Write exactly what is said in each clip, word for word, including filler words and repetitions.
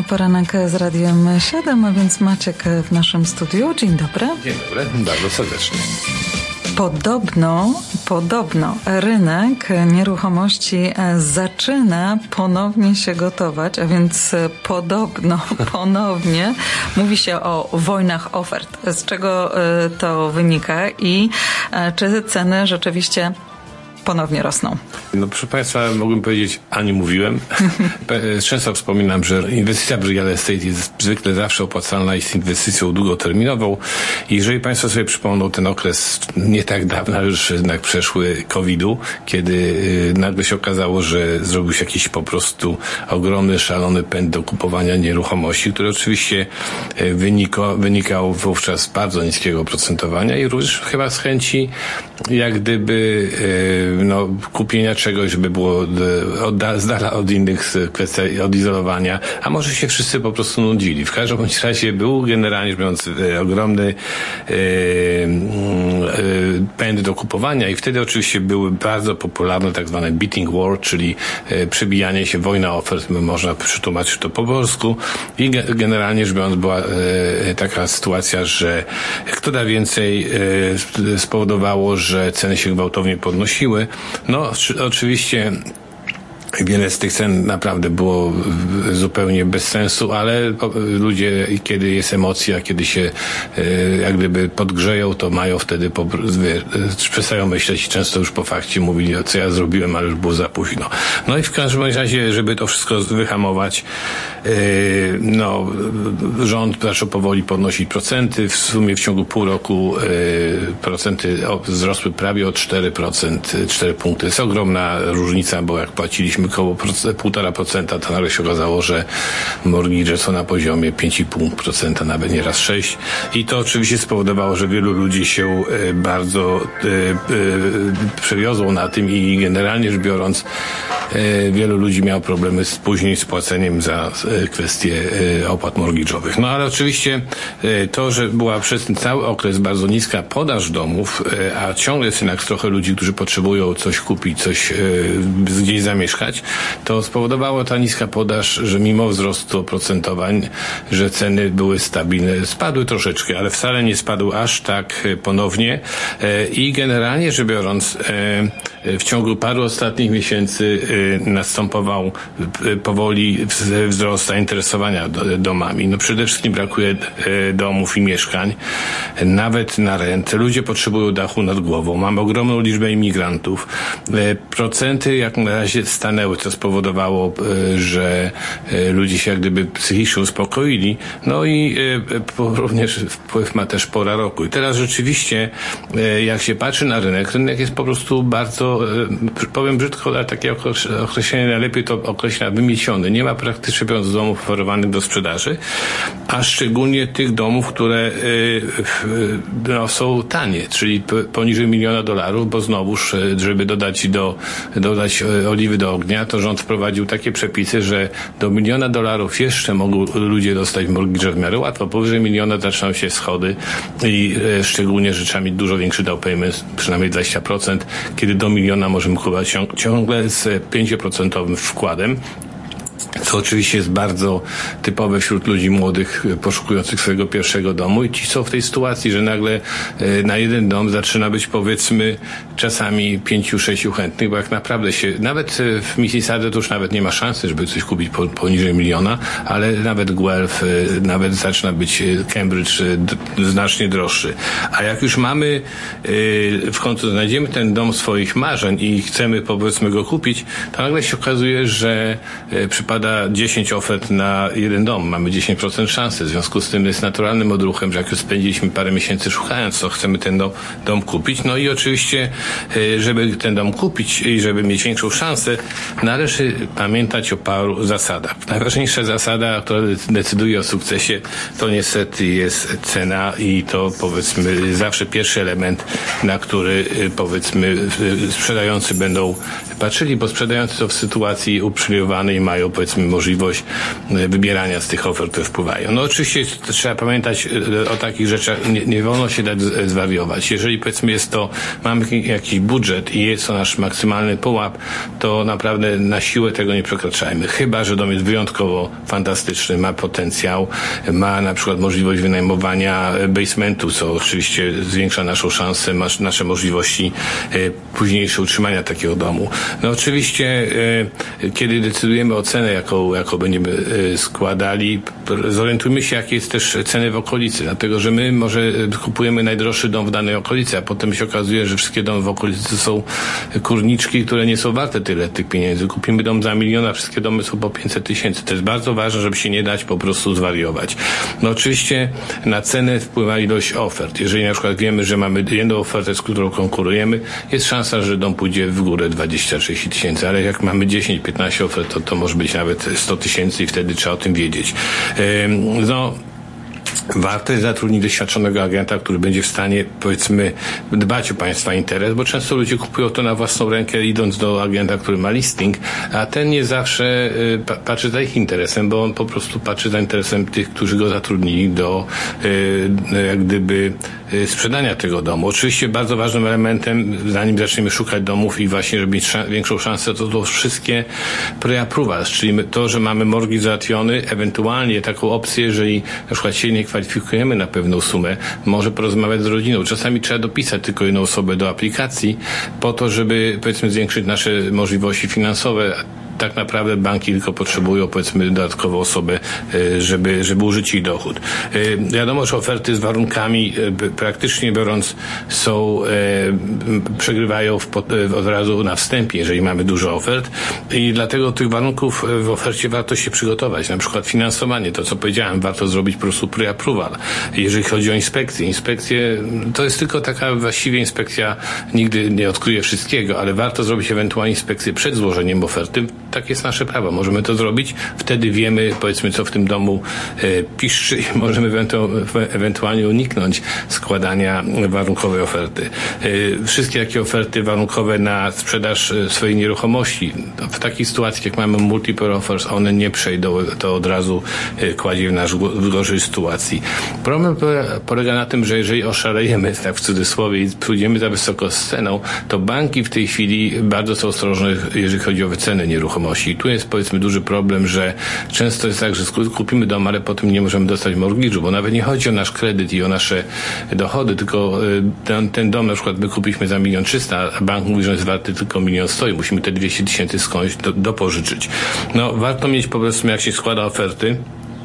Poranek z Radiem siedem, a więc Maciek w naszym studiu. Dzień dobry. Dzień dobry, bardzo serdecznie. Podobno, podobno rynek nieruchomości zaczyna ponownie się gotować, a więc podobno ponownie mówi się o wojnach ofert. Z czego to wynika i czy ceny rzeczywiście ponownie rosną? No proszę Państwa, mogłem powiedzieć, a nie mówiłem. Często wspominam, że inwestycja w real estate jest zwykle zawsze opłacalna, jest inwestycją długoterminową. I jeżeli Państwo sobie przypomną ten okres nie tak dawno, już jednak przeszły kowida, kiedy nagle się okazało, że zrobił się jakiś po prostu ogromny, szalony pęd do kupowania nieruchomości, który oczywiście wyniko, wynikał wówczas z bardzo niskiego oprocentowania i również chyba z chęci jak gdyby no, kupienia czegoś, żeby było od, z dala od innych kwestii odizolowania, a może się wszyscy po prostu nudzili. W każdym bądź razie był generalnie rzecz biorąc ogromny e, e, pęd do kupowania i wtedy oczywiście były bardzo popularne tak zwane bidding war, czyli e, przebijanie się, wojna ofert, można przetłumaczyć to po polsku i ge, generalnie rzecz biorąc była e, taka sytuacja, że kto da więcej e, spowodowało, że ceny się gwałtownie podnosiły. No, oczywiście wiele z tych cen naprawdę było zupełnie bez sensu, ale ludzie, kiedy jest emocja, kiedy się jak gdyby podgrzeją, to mają wtedy, przestają myśleć i często już po fakcie mówili, o co ja zrobiłem, ale już było za późno. No i w każdym razie, żeby to wszystko wyhamować, no, rząd zaczął powoli podnosić procenty. W sumie w ciągu pół roku procenty wzrosły prawie o cztery procent, cztery punkty. To jest ogromna różnica, bo jak płaciliśmy około półtora procenta, to nagle się okazało, że mortgage są na poziomie pięć i pół procent, nawet nieraz sześć. I to oczywiście spowodowało, że wielu ludzi się bardzo e, e, przewiozło na tym i generalnie rzecz biorąc e, wielu ludzi miało problemy z później z płaceniem za e, kwestie e, opłat mortgage'owych. No ale oczywiście e, to, że była przez ten cały okres bardzo niska podaż domów, e, a ciągle jest jednak trochę ludzi, którzy potrzebują coś kupić, coś e, gdzieś zamieszkać, to spowodowało ta niska podaż, że mimo wzrostu oprocentowań, że ceny były stabilne. Spadły troszeczkę, ale wcale nie spadły aż tak ponownie i generalnie rzecz biorąc w ciągu paru ostatnich miesięcy następował powoli wzrost zainteresowania domami. No przede wszystkim brakuje domów i mieszkań, nawet na rentę. Ludzie potrzebują dachu nad głową. Mamy ogromną liczbę imigrantów. Procenty jak na razie stanęły, co spowodowało, że ludzie się jak gdyby psychicznie uspokoili. No i również wpływ ma też pora roku. I teraz rzeczywiście, jak się patrzy na rynek, rynek jest po prostu bardzo, powiem brzydko, ale takie określenie najlepiej to określa wymieciony. Nie ma praktycznie biorąc domów oferowanych do sprzedaży, a szczególnie tych domów, które no, są tanie, czyli poniżej miliona dolarów, bo znowuż, żeby dodać do, dodać oliwy do ognia, to rząd wprowadził takie przepisy, że do miliona dolarów jeszcze mogą ludzie dostać mortgage w miarę łatwo. Powyżej miliona zaczynają się schody i e, szczególnie rzeczami dużo większy down payment, przynajmniej dwadzieścia procent, kiedy do miliona możemy kupować ciąg, ciągle z pięcioprocentowym wkładem. Co oczywiście jest bardzo typowe wśród ludzi młodych poszukujących swojego pierwszego domu i ci są w tej sytuacji, że nagle na jeden dom zaczyna być powiedzmy czasami pięciu, sześciu chętnych, bo jak naprawdę się, nawet w Mississauga to już nawet nie ma szansy, żeby coś kupić poniżej miliona, ale nawet Guelph, nawet zaczyna być Cambridge znacznie droższy. A jak już mamy, w końcu znajdziemy ten dom swoich marzeń i chcemy powiedzmy go kupić, to nagle się okazuje, że przypada dziesięć ofert na jeden dom. Mamy dziesięć procent szansy. W związku z tym jest naturalnym odruchem, że jak już spędziliśmy parę miesięcy szukając, co chcemy ten dom, dom kupić. No i oczywiście, żeby ten dom kupić i żeby mieć większą szansę, należy pamiętać o paru zasadach. Najważniejsza zasada, która decyduje o sukcesie, to niestety jest cena i to powiedzmy zawsze pierwszy element, na który powiedzmy sprzedający będą patrzyli, bo sprzedający to w sytuacji uprzywilejowanej mają powiedzmy możliwość wybierania z tych ofert, które wpływają. No oczywiście trzeba pamiętać o takich rzeczach, nie, nie wolno się dać zwariować. Jeżeli powiedzmy jest to, mamy jakiś budżet i jest to nasz maksymalny pułap, to naprawdę na siłę tego nie przekraczajmy. Chyba że dom jest wyjątkowo fantastyczny, ma potencjał, ma na przykład możliwość wynajmowania basementu, co oczywiście zwiększa naszą szansę, nasze możliwości późniejsze utrzymania takiego domu. No oczywiście, kiedy decydujemy o cenę, jaką, jaką będziemy składali, zorientujmy się, jakie jest też ceny w okolicy, dlatego że my może kupujemy najdroższy dom w danej okolicy, a potem się okazuje, że wszystkie domy w okolicy to są kurniczki, które nie są warte tyle tych pieniędzy. Kupimy dom za milion, a wszystkie domy są po pięćset tysięcy. To jest bardzo ważne, żeby się nie dać po prostu zwariować. No oczywiście na cenę wpływa ilość ofert. Jeżeli na przykład wiemy, że mamy jedną ofertę, z którą konkurujemy, jest szansa, że dom pójdzie w górę dwadzieścia trzydzieści tysięcy, ale jak mamy dziesięć piętnaście ofert, to to może być nawet sto tysięcy i wtedy trzeba o tym wiedzieć. No, warto jest zatrudnić doświadczonego agenta, który będzie w stanie, powiedzmy, dbać o Państwa interes, bo często ludzie kupują to na własną rękę, idąc do agenta, który ma listing, a ten nie zawsze y, patrzy za ich interesem, bo on po prostu patrzy za interesem tych, którzy go zatrudnili do y, jak gdyby y, sprzedania tego domu. Oczywiście bardzo ważnym elementem, zanim zaczniemy szukać domów i właśnie, żeby mieć szan- większą szansę, to to wszystkie pre-approvals, czyli to, że mamy mortgage załatwiony, ewentualnie taką opcję, jeżeli na przykład się nie kwalifikujemy na pewną sumę, może porozmawiać z rodziną. Czasami trzeba dopisać tylko jedną osobę do aplikacji po to, żeby, powiedzmy, zwiększyć nasze możliwości finansowe. Tak naprawdę banki tylko potrzebują, powiedzmy, dodatkową osobę, żeby, żeby użyć ich dochód. Wiadomo, że oferty z warunkami praktycznie biorąc są, przegrywają w, od razu na wstępie, jeżeli mamy dużo ofert i dlatego tych warunków w ofercie warto się przygotować. Na przykład finansowanie, to co powiedziałem, warto zrobić po prostu pre-approval. Jeżeli chodzi o inspekcje, inspekcje to jest tylko taka właściwie inspekcja, nigdy nie odkryje wszystkiego, ale warto zrobić ewentualnie inspekcję przed złożeniem oferty. Tak jest nasze prawo. Możemy to zrobić. Wtedy wiemy, powiedzmy, co w tym domu e, piszczy i możemy ewentu- ewentualnie uniknąć składania warunkowej oferty. E, wszystkie takie oferty warunkowe na sprzedaż e, swojej nieruchomości, w takiej sytuacji, jak mamy multiple offers, one nie przejdą, to od razu e, kładzie w nas w gorszej sytuacji. Problem polega na tym, że jeżeli oszalejemy, tak w cudzysłowie, i pójdziemy za wysoko z ceną, to banki w tej chwili bardzo są ostrożne, jeżeli chodzi o wycenę nieruchomości. I tu jest, powiedzmy, duży problem, że często jest tak, że kupimy dom, ale potem nie możemy dostać mortgage'u, bo nawet nie chodzi o nasz kredyt i o nasze dochody, tylko ten, ten dom na przykład my kupiliśmy za milion trzysta, a bank mówi, że jest warty tylko milion sto i musimy te dwieście tysięcy skądś do, dopożyczyć. No, warto mieć po prostu, jak się składa oferty,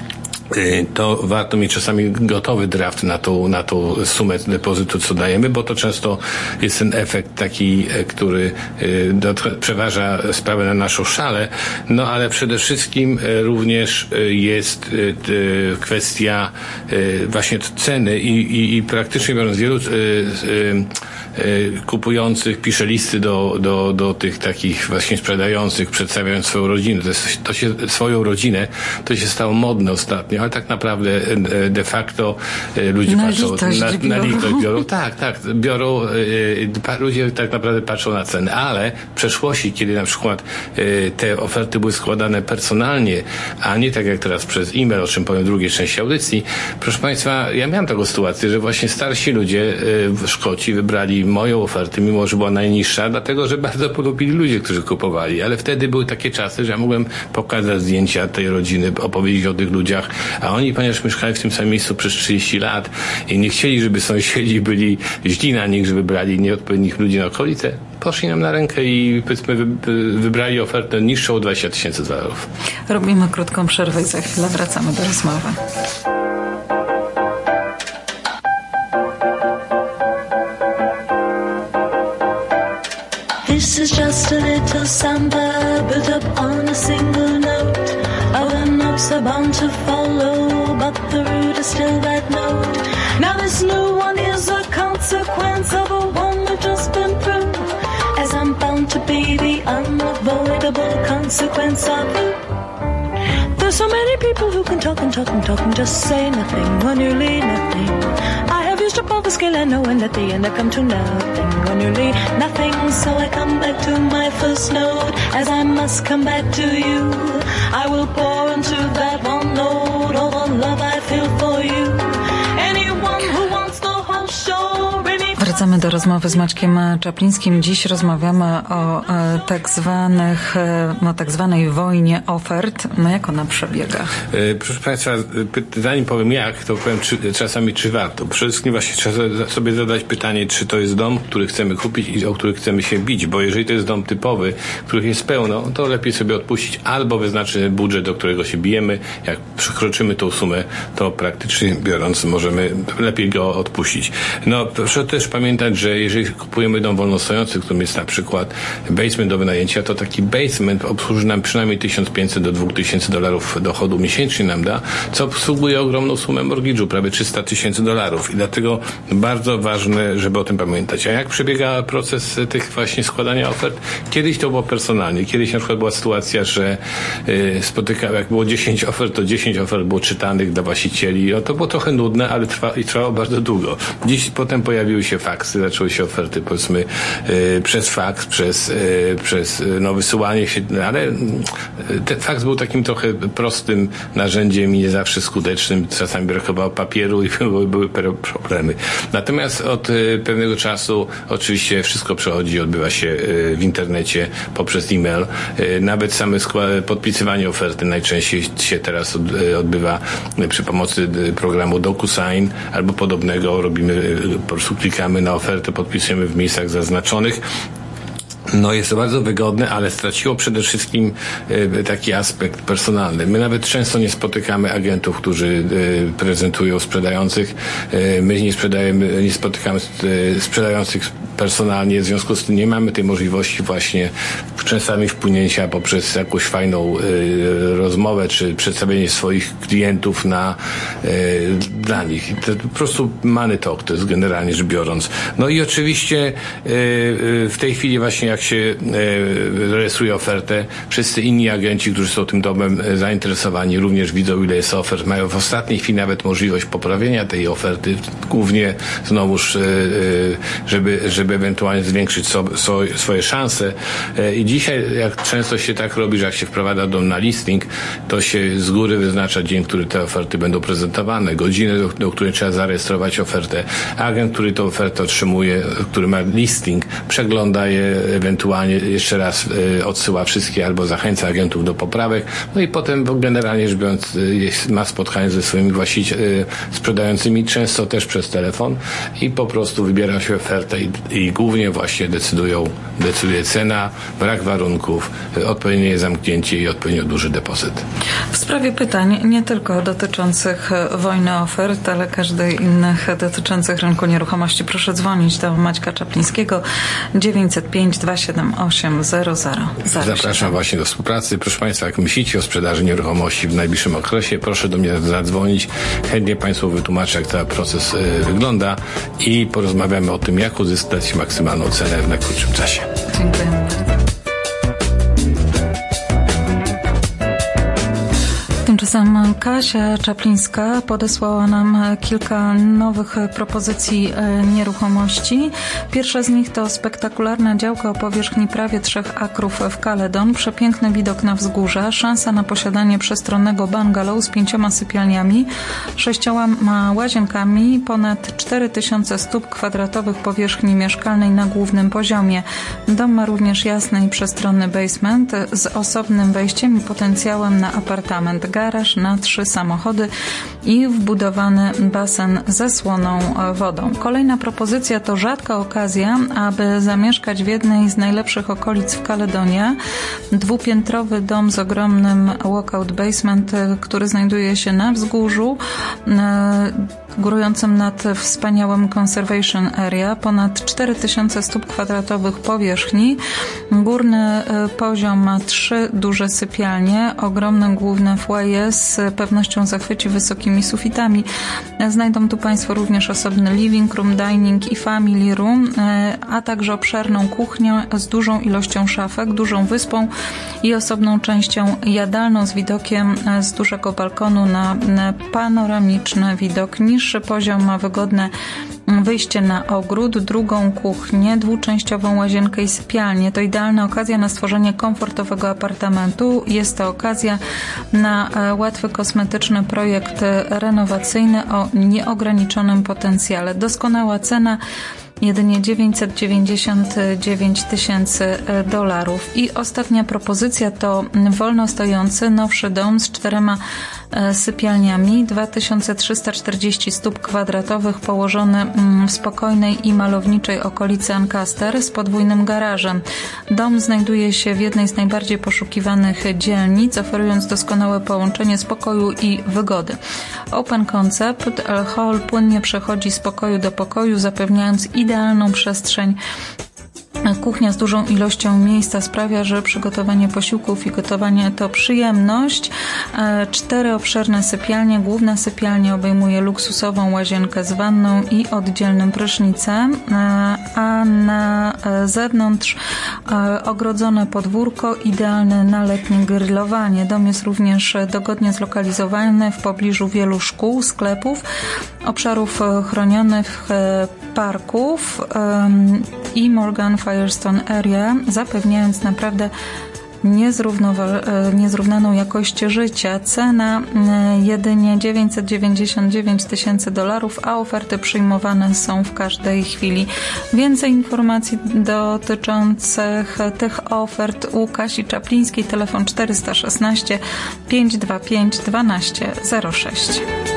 to warto mieć czasami gotowy draft na tą, na tą sumę depozytu, co dajemy, bo to często jest ten efekt taki, który do, przeważa sprawę na naszą szalę, no ale przede wszystkim również jest kwestia właśnie ceny i, i, i praktycznie biorąc wielu kupujących pisze listy do, do, do tych takich właśnie sprzedających, przedstawiając swoją rodzinę. To, jest, to się, swoją rodzinę, to się stało modne ostatnio, ale tak naprawdę de facto ludzie na patrzą litość na, biorą. na litość biorą. Tak, tak, biorą, ludzie tak naprawdę patrzą na ceny, ale w przeszłości, kiedy na przykład te oferty były składane personalnie, a nie tak jak teraz przez e-mail, o czym powiem w drugiej części audycji, proszę Państwa, ja miałem taką sytuację, że właśnie starsi ludzie w Szkocji wybrali moją ofertę, mimo że była najniższa, dlatego, że bardzo polubili ludzie, którzy kupowali, ale wtedy były takie czasy, że ja mogłem pokazać zdjęcia tej rodziny, opowiedzieć o tych ludziach, a oni, ponieważ mieszkali w tym samym miejscu przez trzydzieści lat i nie chcieli, żeby sąsiedzi byli źli na nich, że wybrali nieodpowiednich ludzi na okolicę, poszli nam na rękę i, powiedzmy, wybrali ofertę niższą o dwadzieścia tysięcy dolarów. Robimy krótką przerwę i za chwilę wracamy do rozmowy. This is just a little samba built up on a single note. Other notes are bound to follow, but the root is still that note. Now this new one is a consequence of a one we've just been through, as I'm bound to be the unavoidable consequence of you. There's so many people who can talk and talk and talk and just say nothing or nearly nothing. I have used strip off the scale I know, and at the end I come to nothing, or nearly nothing. So I come back to my first note, as I must come back to you. I will pour into that one note all the love I feel for you. Anyone who wants the whole show really. Wracamy do rozmowy z Maćkiem Czaplińskim. Dziś rozmawiamy o e, tak zwanych, e, no, tak zwanej wojnie ofert. No jak ona przebiega? E, proszę Państwa, zanim powiem jak, to powiem czy, czasami czy warto. Przede wszystkim właśnie trzeba sobie zadać pytanie, czy to jest dom, który chcemy kupić i o który chcemy się bić, bo jeżeli to jest dom typowy, których jest pełno, to lepiej sobie odpuścić albo wyznaczyć budżet, do którego się bijemy. Jak przekroczymy tą sumę, to praktycznie biorąc możemy lepiej go odpuścić. No proszę też pamiętać, że jeżeli kupujemy dom wolnostojący, którym jest na przykład basement do wynajęcia, to taki basement obsłuży nam przynajmniej tysiąc pięćset do dwa tysiące dolarów dochodu miesięcznie nam da, co obsługuje ogromną sumę mortgage'u, prawie trzysta tysięcy dolarów. I dlatego bardzo ważne, żeby o tym pamiętać. A jak przebiega proces tych właśnie składania ofert? Kiedyś to było personalnie. Kiedyś na przykład była sytuacja, że yy, spotykałem, jak było dziesięć ofert, to dziesięć ofert było czytanych dla właścicieli. No, to było trochę nudne, ale trwa, i trwało bardzo długo. Dziś potem pojawiły się faksy, zaczęły się oferty, powiedzmy, yy, przez faks, przez, yy, przez no, wysyłanie się, ale yy, ten faks był takim trochę prostym narzędziem i nie zawsze skutecznym. Czasami brakowało papieru i były, były problemy. Natomiast od yy, pewnego czasu oczywiście wszystko przechodzi, odbywa się yy, w internecie poprzez e-mail. Yy, nawet same skład- podpisywanie oferty najczęściej się teraz od, yy, odbywa yy, przy pomocy yy, programu DocuSign albo podobnego. Robimy, yy, po prostu klikamy na ofertę, podpisujemy w miejscach zaznaczonych. No jest to bardzo wygodne, ale straciło przede wszystkim y, taki aspekt personalny. My nawet często nie spotykamy agentów, którzy y, prezentują sprzedających. Y, my nie sprzedajemy, nie spotykamy y, sprzedających personalnie, w związku z tym nie mamy tej możliwości właśnie czasami wpłynięcia poprzez jakąś fajną y, rozmowę, czy przedstawienie swoich klientów na y, dla nich. To po prostu money talk, to jest generalnie rzecz biorąc. No i oczywiście y, y, w tej chwili właśnie jak się y, rejestruje ofertę, wszyscy inni agenci, którzy są tym domem y, zainteresowani, również widzą, ile jest ofert, mają w ostatniej chwili nawet możliwość poprawienia tej oferty, głównie znowuż y, y, żeby, żeby żeby ewentualnie zwiększyć so, so, swoje szanse. I dzisiaj, jak często się tak robi, że jak się wprowadza dom na listing, to się z góry wyznacza dzień, który te oferty będą prezentowane, godzinę, do, do której trzeba zarejestrować ofertę. Agent, który tę ofertę otrzymuje, który ma listing, przegląda je, ewentualnie jeszcze raz y, odsyła wszystkie albo zachęca agentów do poprawek, no i potem generalnie rzecz biorąc y, ma spotkanie ze swoimi właścicielami, y, sprzedającymi, często też przez telefon i po prostu wybiera się ofertę i, i głównie właśnie decydują, decyduje cena, brak warunków, odpowiednie zamknięcie i odpowiednio duży depozyt. W sprawie pytań nie tylko dotyczących wojny ofert, ale każdej innych dotyczących rynku nieruchomości, proszę dzwonić do Maćka Czaplińskiego dziewięćset pięć dwieście siedem osiem zero zero zero. Zapraszam właśnie do współpracy. Proszę Państwa, jak myślicie o sprzedaży nieruchomości w najbliższym okresie, proszę do mnie zadzwonić. Chętnie Państwu wytłumaczę, jak cały proces y, wygląda i porozmawiamy o tym, jak uzyskać maksymalną cenę w najkrótszym czasie. Dziękuję bardzo. Tymczasem Kasia Czaplińska podesłała nam kilka nowych propozycji nieruchomości. Pierwsza z nich to spektakularna działka o powierzchni prawie trzech akrów w Caledon, przepiękny widok na wzgórza, szansa na posiadanie przestronnego bungalow z pięcioma sypialniami, sześcioma łazienkami, ponad cztery tysiące stóp kwadratowych powierzchni mieszkalnej na głównym poziomie. Dom ma również jasny i przestronny basement z osobnym wejściem i potencjałem na apartament, garaż na trzy samochody i wbudowany basen ze słoną wodą. Kolejna propozycja to rzadka okazja, aby zamieszkać w jednej z najlepszych okolic w Caledonia. Dwupiętrowy dom z ogromnym walkout basement, który znajduje się na wzgórzu górującym nad wspaniałym Conservation Area, ponad cztery tysiące stóp kwadratowych powierzchni. Górny poziom ma trzy duże sypialnie, ogromne główne foyer z pewnością zachwyci wysokimi sufitami. Znajdą tu Państwo również osobny living room, dining i family room, a także obszerną kuchnię z dużą ilością szafek, dużą wyspą i osobną częścią jadalną z widokiem z dużego balkonu na panoramiczny widok. Niższy poziom ma wygodne wyjście na ogród, drugą kuchnię, dwuczęściową łazienkę i sypialnię. To idealna okazja na stworzenie komfortowego apartamentu. Jest to okazja na łatwy kosmetyczny projekt renowacyjny o nieograniczonym potencjale. Doskonała cena jedynie dziewięćset dziewięćdziesiąt dziewięć tysięcy dolarów. I ostatnia propozycja to wolno stojący, nowszy dom z czterema sypialniami, dwa tysiące trzysta czterdzieści stóp kwadratowych, położony w spokojnej i malowniczej okolicy Ancaster z podwójnym garażem. Dom znajduje się w jednej z najbardziej poszukiwanych dzielnic, oferując doskonałe połączenie spokoju i wygody. Open concept, hall płynnie przechodzi z pokoju do pokoju, zapewniając idealną przestrzeń. Kuchnia z dużą ilością miejsca sprawia, że przygotowanie posiłków i gotowanie to przyjemność. Cztery obszerne sypialnie. Główna sypialnia obejmuje luksusową łazienkę z wanną i oddzielnym prysznicem, a na zewnątrz ogrodzone podwórko idealne na letnie grillowanie. Dom jest również dogodnie zlokalizowany w pobliżu wielu szkół, sklepów, obszarów chronionych, parków i Morgan Firestone Area, zapewniając naprawdę niezrównaną jakość życia. Cena jedynie dziewięćset dziewięćdziesiąt dziewięć tysięcy dolarów, a oferty przyjmowane są w każdej chwili. Więcej informacji dotyczących tych ofert u Kasi Czaplińskiej, telefon czterysta szesnaście pięćset dwadzieścia pięć dwanaście zero sześć.